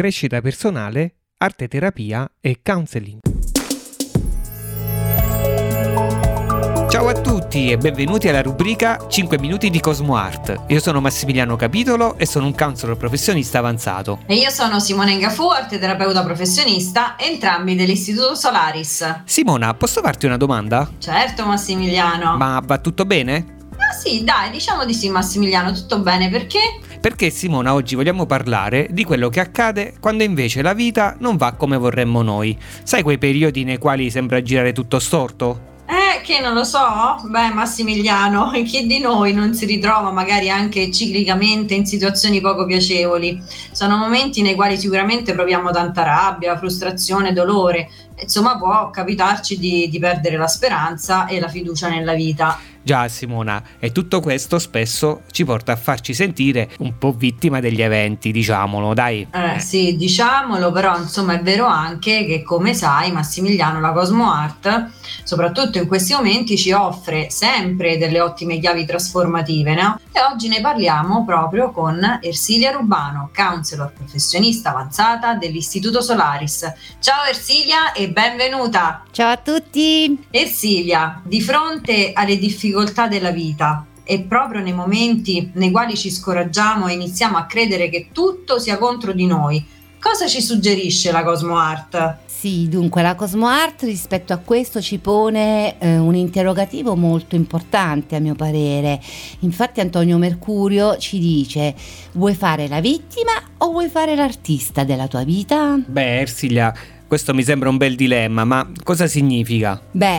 crescita personale, arte terapia e counseling. Ciao a tutti e benvenuti alla rubrica 5 minuti di Cosmo Art. Io sono Massimiliano Capitolo e sono un counselor professionista avanzato. E io sono Simona Ingafu, arte terapeuta professionista, entrambi dell'Istituto Solaris. Simona, posso farti una domanda? Certo Massimiliano. Ma va tutto bene? Ah sì, dai, diciamo di sì Massimiliano, tutto bene, perché? Perché Simona, oggi vogliamo parlare di quello che accade quando invece la vita non va come vorremmo noi. Sai quei periodi nei quali sembra girare tutto storto? Che non lo so? Beh Massimiliano, chi di noi non si ritrova magari anche ciclicamente in situazioni poco piacevoli? Sono momenti nei quali sicuramente proviamo tanta rabbia, frustrazione, dolore. Insomma, può capitarci di perdere la speranza e la fiducia nella vita. Già Simona, e tutto questo spesso ci porta a farci sentire un po' vittima degli eventi, diciamolo, dai. Sì, diciamolo, però insomma è vero anche che, come sai Massimiliano, la Cosmo Art, soprattutto in questi momenti, ci offre sempre delle ottime chiavi trasformative, no? E oggi ne parliamo proprio con Ersilia Rubano, counselor professionista avanzata dell'Istituto Solaris. Ciao Ersilia e benvenuta! Ciao a tutti! Ersilia, di fronte alle difficoltà della vita e proprio nei momenti nei quali ci scoraggiamo e iniziamo a credere che tutto sia contro di noi, cosa ci suggerisce la Cosmo Art? Sì, dunque la Cosmo Art rispetto a questo ci pone un interrogativo molto importante a mio parere. Infatti Antonio Mercurio ci dice: vuoi fare la vittima o vuoi fare l'artista della tua vita? Beh Ersilia, questo mi sembra un bel dilemma, ma cosa significa?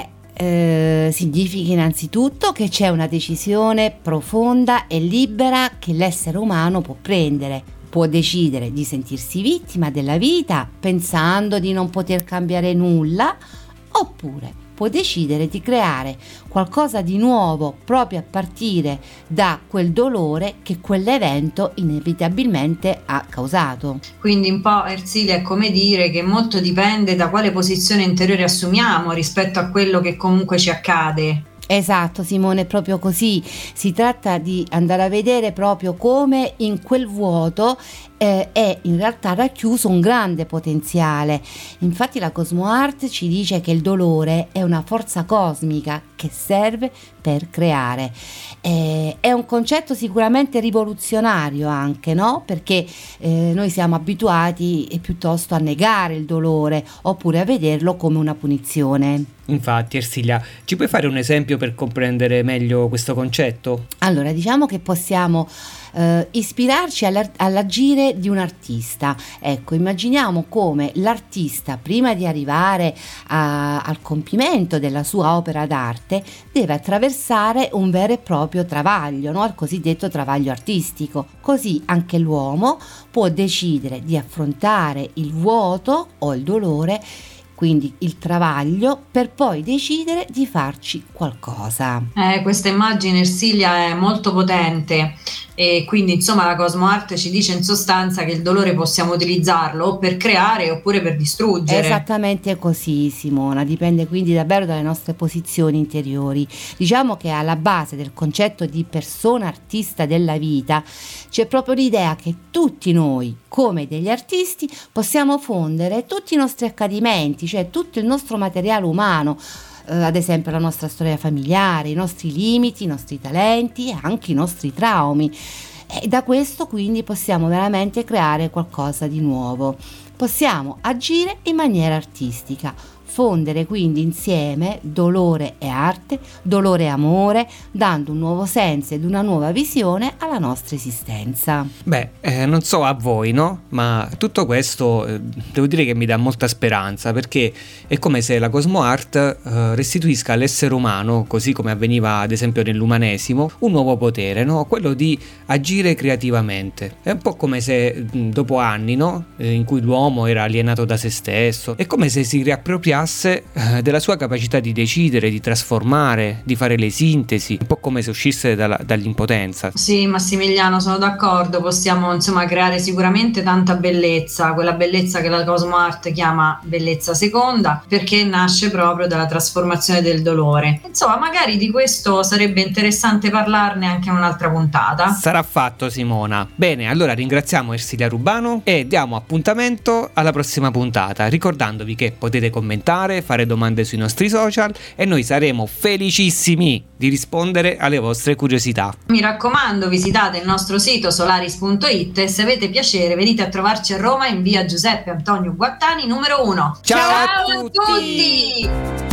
Significa innanzitutto che c'è una decisione profonda e libera che l'essere umano può prendere. Può decidere di sentirsi vittima della vita pensando di non poter cambiare nulla, oppure può decidere di creare qualcosa di nuovo proprio a partire da quel dolore che quell'evento inevitabilmente ha causato. Quindi un po' Ersilia è come dire che molto dipende da quale posizione interiore assumiamo rispetto a quello che comunque ci accade. Esatto Simone, è proprio così. Si tratta di andare a vedere proprio come in quel vuoto è in realtà racchiuso un grande potenziale. Infatti la Cosmo Art ci dice che il dolore è una forza cosmica che serve per creare. È un concetto sicuramente rivoluzionario anche, no? Perché noi siamo abituati piuttosto a negare il dolore oppure a vederlo come una punizione. Infatti Ersilia, ci puoi fare un esempio per comprendere meglio questo concetto? Allora, diciamo che possiamo ispirarci all'agire di un artista. Ecco, immaginiamo come l'artista, prima di arrivare al compimento della sua opera d'arte, deve attraversare un vero e proprio travaglio, no? Il cosiddetto travaglio artistico. Così anche l'uomo può decidere di affrontare il vuoto o il dolore, quindi il travaglio, per poi decidere di farci qualcosa. Questa immagine Ersilia è molto potente e quindi insomma la Cosmo Art ci dice in sostanza che il dolore possiamo utilizzarlo o per creare oppure per distruggere. Esattamente così Simona, dipende quindi davvero dalle nostre posizioni interiori. Diciamo che alla base del concetto di persona artista della vita c'è proprio l'idea che tutti noi, come degli artisti, possiamo fondere tutti i nostri accadimenti, cioè tutto il nostro materiale umano, ad esempio la nostra storia familiare, i nostri limiti, i nostri talenti e anche i nostri traumi. E da questo quindi possiamo veramente creare qualcosa di nuovo. Possiamo agire in maniera artistica, fondere quindi insieme dolore e arte, dolore e amore, dando un nuovo senso ed una nuova visione alla nostra esistenza. Non so a voi, no? Ma tutto questo devo dire che mi dà molta speranza, perché è come se la Cosmo Art restituisca all'essere umano, così come avveniva ad esempio nell'umanesimo, un nuovo potere, no? Quello di agire creativamente. È un po' come se dopo anni, no? In cui l'uomo era alienato da se stesso, è come se si riappropriasse parlasse della sua capacità di decidere, di trasformare, di fare le sintesi, un po' come se uscisse dall'impotenza. Sì, Massimiliano, sono d'accordo, possiamo insomma creare sicuramente tanta bellezza, quella bellezza che la Cosmo Art chiama bellezza seconda, perché nasce proprio dalla trasformazione del dolore. Insomma, magari di questo sarebbe interessante parlarne anche in un'altra puntata. Sarà fatto, Simona. Bene, allora ringraziamo Ersilia Rubano e diamo appuntamento alla prossima puntata, ricordandovi che potete commentare, fare domande sui nostri social e noi saremo felicissimi di rispondere alle vostre curiosità. Mi raccomando, visitate il nostro sito solaris.it e se avete piacere venite a trovarci a Roma in via Giuseppe Antonio Guattani numero 1. Ciao a tutti!